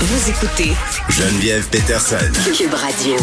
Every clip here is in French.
Vous écoutez Geneviève Peterson. Cube Radio.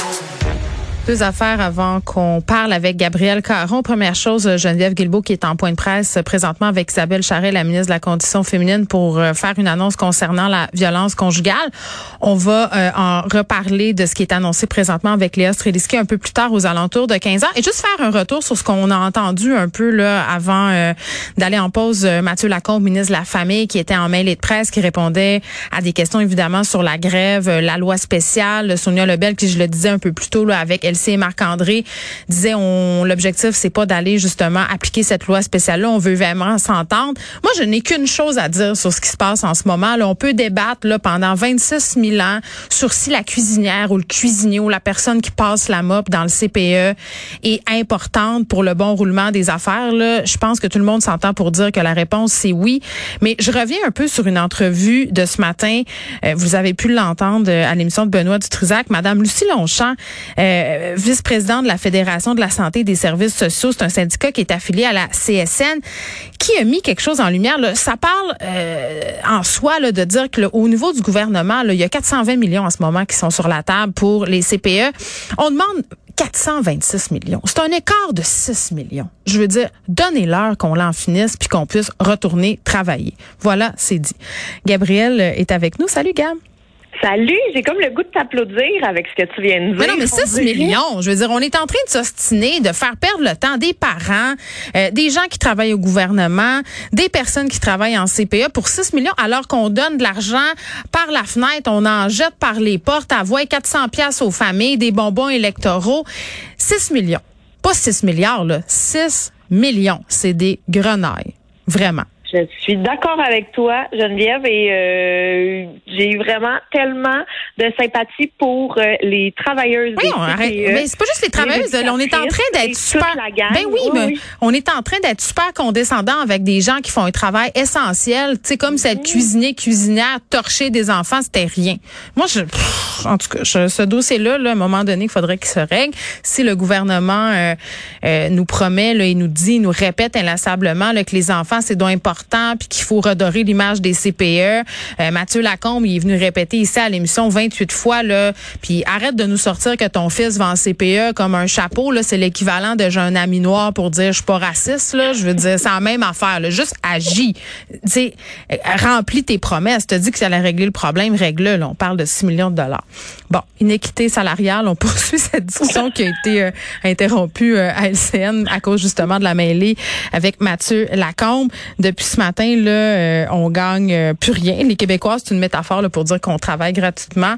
Deux affaires avant qu'on parle avec Gabrielle Caron. Première chose, Geneviève Guilbeault qui est en point de presse présentement avec Isabelle Charest, la ministre de la Condition féminine, pour faire une annonce concernant la violence conjugale. On va en reparler de ce qui est annoncé présentement avec Léa Streliski un peu plus tard aux alentours de 15 heures. Et juste faire un retour sur ce qu'on a entendu un peu là avant d'aller en pause. Mathieu Lacombe, ministre de la Famille, qui était en mêlée de presse, qui répondait à des questions évidemment sur la grève, la loi spéciale. Sonia Lebel, qui je le disais un peu plus tôt là, avec et Marc-André disait l'objectif c'est pas d'aller justement appliquer cette loi spéciale là, on veut vraiment s'entendre. Moi je n'ai qu'une chose à dire sur ce qui se passe en ce moment là. On peut débattre là pendant 26 000 ans sur si la cuisinière ou le cuisinier ou la personne qui passe la mop dans le CPE est importante pour le bon roulement des affaires là. Je pense que tout le monde s'entend pour dire que la réponse c'est oui, mais je reviens un peu sur une entrevue de ce matin, vous avez pu l'entendre à l'émission de Benoît Dutrisac, madame Lucie Longchamp, vice-présidente de la Fédération de la santé et des services sociaux. C'est un syndicat qui est affilié à la CSN, qui a mis quelque chose en lumière. Là. Ça parle en soi là, de dire que là, au niveau du gouvernement, là, il y a 420 millions en ce moment qui sont sur la table pour les CPE. On demande 426 millions. C'est un écart de 6 millions. Je veux dire, donnez-leur qu'on l'en finisse puis qu'on puisse retourner travailler. Voilà, c'est dit. Gabrielle est avec nous. Salut, Gab. Salut, j'ai comme le goût de t'applaudir avec ce que tu viens de dire. Mais non, mais 6 millions, je veux dire, on est en train de s'ostiner, de faire perdre le temps des parents, des gens qui travaillent au gouvernement, des personnes qui travaillent en CPE pour 6 millions, alors qu'on donne de l'argent par la fenêtre, on en jette par les portes, à voix 400 pièces aux familles, des bonbons électoraux. 6 millions. Pas 6 milliards, là. 6 millions. C'est des grenailles. Vraiment. Je suis d'accord avec toi, Geneviève, et j'ai vraiment tellement de sympathie pour les travailleuses. Oui, mais c'est pas juste les travailleuses. On est en train d'être super. Ben oui, mais on est en train d'être super condescendant avec des gens qui font un travail essentiel. Tu sais, comme cette cuisinière, torcher des enfants, c'était rien. Moi, en tout cas, ce dossier-là, à un moment donné, il faudrait qu'il se règle. Si le gouvernement nous promet, là, il nous dit, il nous répète inlassablement là, que les enfants, c'est donc important, puis qu'il faut redorer l'image des CPE. Mathieu Lacombe, il est venu répéter ici à l'émission 28 fois, là, puis arrête de nous sortir que ton fils va en CPE comme un chapeau, là, c'est l'équivalent de j'ai un ami noir pour dire je suis pas raciste, là, je veux dire, c'est la même affaire, là, juste agis. Tu sais, remplis tes promesses. Tu as dit que ça allait régler le problème, règle-le, là, on parle de 6 millions de dollars. Bon, inéquité salariale, on poursuit cette discussion qui a été interrompue à LCN à cause justement de la mêlée avec Mathieu Lacombe. Depuis ce matin, là, on gagne plus rien. Les Québécois, c'est une métaphore là, pour dire qu'on travaille gratuitement.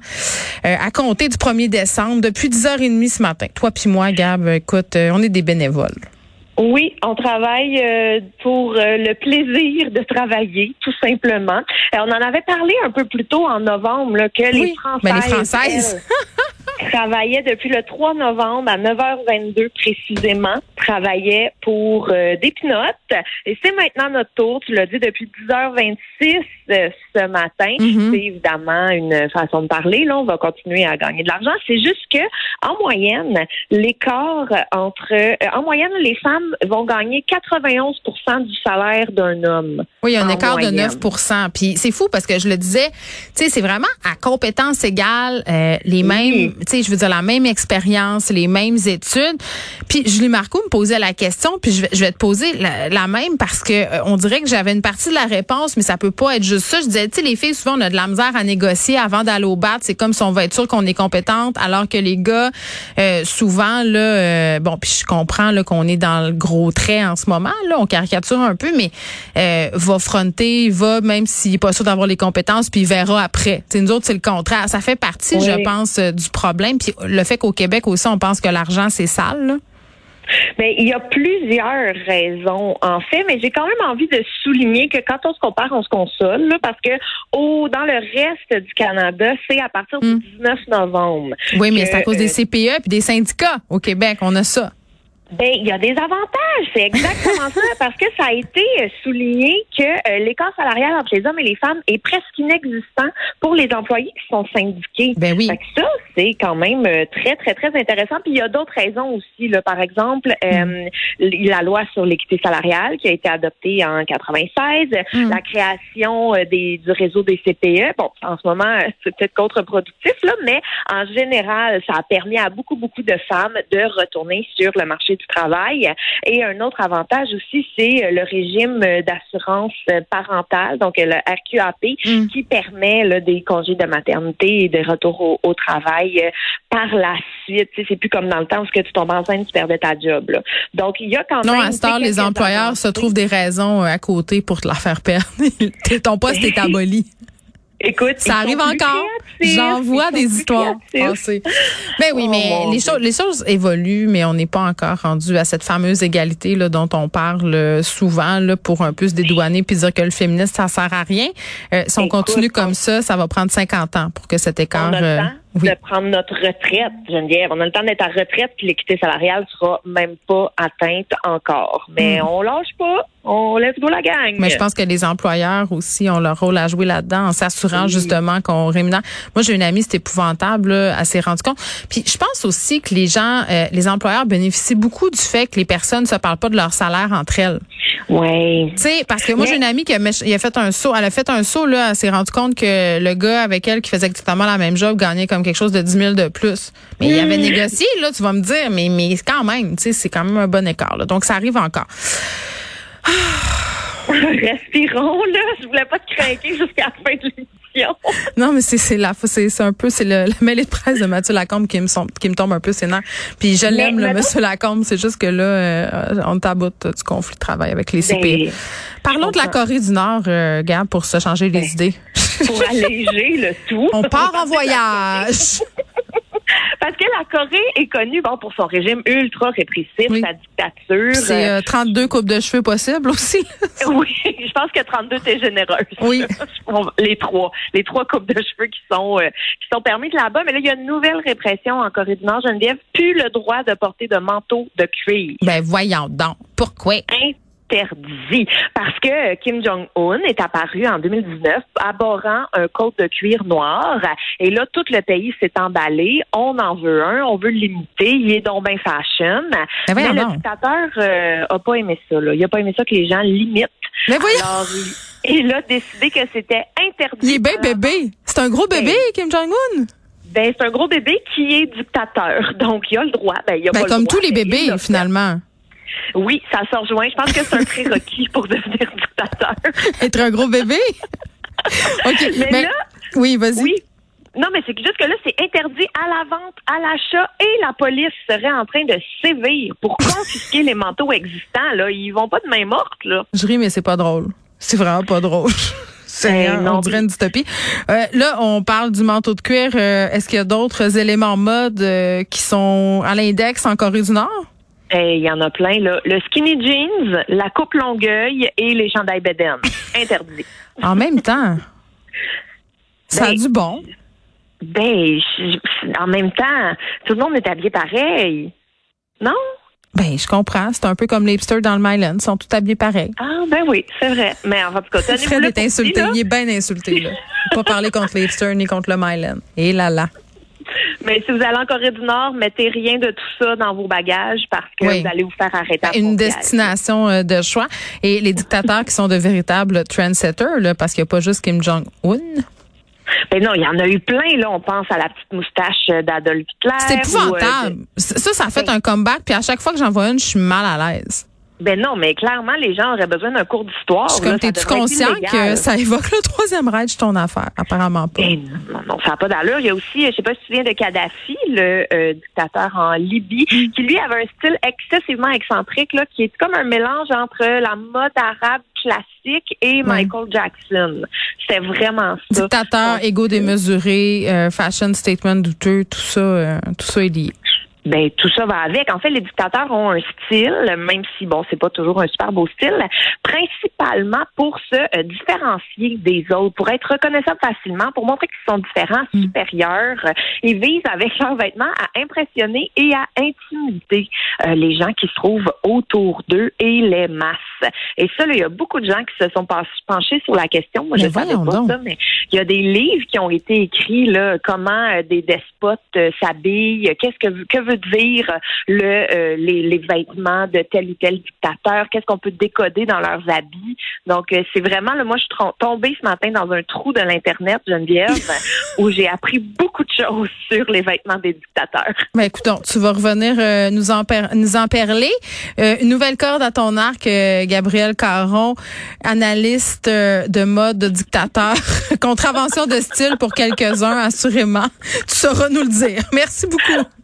À compter du 1er décembre, depuis 10h30 ce matin. Toi puis moi, Gab, écoute, on est des bénévoles. Oui, on travaille pour le plaisir de travailler, tout simplement. On en avait parlé un peu plus tôt en novembre, là, que les Françaises travaillaient depuis le 3 novembre à 9h22 précisément, travaillaient pour des pinottes. Et c'est maintenant notre tour, tu l'as dit, depuis 10h26 ce matin. C'est évidemment une façon de parler. Là, on va continuer à gagner de l'argent. C'est juste que, en moyenne, l'écart en moyenne, les femmes vont gagner 91% du salaire d'un homme. Oui, il y a un écart de 9%. Puis c'est fou parce que je le disais, tu sais, c'est vraiment à compétences égales, les mêmes, tu sais, je veux dire la même expérience, les mêmes études. Puis Julie Marcoux me posait la question, puis je vais te poser la même parce que on dirait que j'avais une partie de la réponse, mais ça peut pas être juste ça. Je disais, tu sais, les filles, souvent, on a de la misère à négocier avant d'aller au bat. C'est comme si on va être sûr qu'on est compétente, alors que les gars, souvent, là, bon, puis je comprends là qu'on est dans le gros trait en ce moment, là, on caricature un peu, mais va fronter, même s'il n'est pas sûr d'avoir les compétences, puis il verra après. T'sais, nous autres, c'est le contraire. Ça fait partie, je pense, du problème. Puis le fait qu'au Québec aussi, on pense que l'argent, c'est sale, là. Mais il y a plusieurs raisons, en fait, mais j'ai quand même envie de souligner que quand on se compare, on se console, là, parce que dans le reste du Canada, c'est à partir du 19 novembre. Oui, mais c'est à cause des CPE puis des syndicats au Québec, on a ça. Ben, il y a des avantages, c'est exactement ça, parce que ça a été souligné que l'écart salarial entre les hommes et les femmes est presque inexistant pour les employés qui sont syndiqués. Ben oui. Fait que ça, c'est quand même très, très, très intéressant. Puis il y a d'autres raisons aussi, là. Par exemple, la loi sur l'équité salariale qui a été adoptée en 96, la création du réseau des CPE. Bon, en ce moment, c'est peut-être contre-productif, là, mais en général, ça a permis à beaucoup, beaucoup de femmes de retourner sur le marché du travail. Et un autre avantage aussi, c'est le régime d'assurance parentale, donc le RQAP, qui permet là, des congés de maternité et des retours au travail par la suite. Tu sais, c'est plus comme dans le temps où tu tombes enceinte, tu perdais ta job. Là. Donc, il y a quand même... Non, à ce temps, les employeurs se trouvent des raisons à côté pour te la faire perdre. Ton poste est aboli. Écoute, ça arrive encore. J'en vois des histoires passer. Ben oui, mais les choses évoluent, mais on n'est pas encore rendu à cette fameuse égalité là dont on parle souvent là pour un peu se dédouaner puis dire que le féminisme ça sert à rien. Si on continue comme ça va prendre 50 ans pour que cet écart de prendre notre retraite, Geneviève. On a le temps d'être à retraite puis l'équité salariale sera même pas atteinte encore. Mais on lâche pas. On laisse go la gang. Mais je pense que les employeurs aussi ont leur rôle à jouer là-dedans en s'assurant justement qu'on rémunère. Moi, j'ai une amie, c'est épouvantable, là, elle s'est rendue compte. Puis je pense aussi que les gens, les employeurs bénéficient beaucoup du fait que les personnes ne se parlent pas de leur salaire entre elles. Oui. Tu sais, parce que moi, j'ai une amie elle a fait un saut, là, elle s'est rendue compte que le gars avec elle qui faisait exactement la même job gagnait comme quelque chose de 10 000 de plus. Mais il avait négocié, là, tu vas me dire, mais quand même, tu sais, c'est quand même un bon écart, là. Donc, ça arrive encore. Respirons, là. Je voulais pas te craquer jusqu'à la fin de l'émission. Non, mais c'est un peu, c'est la mêlée de presse de Mathieu Lacombe qui me tombe un peu ses nerfs. Puis je l'aime, le Monsieur Lacombe. C'est juste que là, on taboute du conflit de travail avec les CPE. Parlons de la Corée du Nord, Gab, pour se changer les idées. Pour alléger le tout. On part en voyage. Parce que la Corée est connue pour son régime ultra répressif, sa dictature. C'est 32 coupes de cheveux possibles aussi. Oui, je pense que 32 t'es généreuse. Oui. Les trois coupes de cheveux qui sont permises là-bas. Mais là, il y a une nouvelle répression en Corée du Nord. Geneviève, plus le droit de porter de manteau de cuir. Ben voyons donc. Pourquoi? Interdit. Parce que Kim Jong-un est apparu en 2019 abhorrant un code de cuir noir. Et là, tout le pays s'est emballé. On en veut un. On veut le limiter. Il est donc bien fashion. Mais le dictateur a pas aimé ça. Là. Il a pas aimé ça que les gens limitent. Mais voyons! Alors, il a décidé que c'était interdit. Il est bien bébé. C'est un gros bébé, Kim Jong-un? Ben, c'est un gros bébé qui est dictateur. Donc, il a le droit. Il a pas comme le droit, tous les bébés, finalement. Oui, ça se rejoint. Je pense que c'est un prérequis pour devenir dictateur. Être un gros bébé? OK. Mais là... Oui, vas-y. Oui. Non, mais c'est juste que là, c'est interdit à la vente, à l'achat, et la police serait en train de sévir pour confisquer les manteaux existants. Là, ils vont pas de main morte, là. Je ris, mais c'est pas drôle. C'est vraiment pas drôle. On dirait une dystopie. Là, on parle du manteau de cuir. Est-ce qu'il y a d'autres éléments mode qui sont à l'index en Corée du Nord? Il y en a plein, là. Le skinny jeans, la coupe longueuil et les chandails bédaines. Interdit. En même temps, ça a du bon. En même temps, tout le monde est habillé pareil. Non? Ben, je comprends. C'est un peu comme les hipsters dans le Myland. Ils sont tous habillés pareil. Ah, ben oui, c'est vrai. Mais en tout cas, Fred est insulté. Il est bien insulté, là. Pas parler contre les hipsters ni contre le Myland. Et là. Mais si vous allez en Corée du Nord, mettez rien de tout ça dans vos bagages parce que vous allez vous faire arrêter à la Une destination de choix. Et les dictateurs qui sont de véritables trendsetters, là, parce qu'il n'y a pas juste Kim Jong-un. Ben non, il y en a eu plein, là. On pense à la petite moustache d'Adolf Hitler. C'est épouvantable. Ça a fait un comeback, puis à chaque fois que j'en vois une, je suis mal à l'aise. Ben non, mais clairement, les gens auraient besoin d'un cours d'histoire. T'es-tu conscient que ça évoque le Troisième Reich, ton affaire? Apparemment pas. Ben non, ça n'a pas d'allure. Il y a aussi, je sais pas si tu te souviens de Kadhafi, le dictateur en Libye, qui lui avait un style excessivement excentrique, là, qui est comme un mélange entre la mode arabe classique et Michael Jackson. C'était vraiment ça. Dictateur, égo démesuré, fashion statement douteux, tout ça est lié. Ben tout ça va avec. En fait, les dictateurs ont un style, même si bon, c'est pas toujours un super beau style, principalement pour se différencier des autres, pour être reconnaissables facilement, pour montrer qu'ils sont différents, supérieurs. Ils visent avec leurs vêtements à impressionner et à intimider les gens qui se trouvent autour d'eux et les masses. Et ça, là, il y a beaucoup de gens qui se sont penchés sur la question. Moi, je savais pas ça, mais il y a des livres qui ont été écrits là, comment des despotes s'habillent, que veut dire les vêtements de tel ou tel dictateur, qu'est-ce qu'on peut décoder dans leurs habits. Donc, c'est vraiment, là, moi, je suis tombée ce matin dans un trou de l'Internet, Geneviève, où j'ai appris beaucoup de choses sur les vêtements des dictateurs. Ben, écoute, tu vas revenir nous en perler. Une nouvelle corde à ton arc, Gabrielle Caron, analyste de mode de dictateur, contravention de style pour quelques-uns, assurément. Tu sauras nous le dire. Merci beaucoup.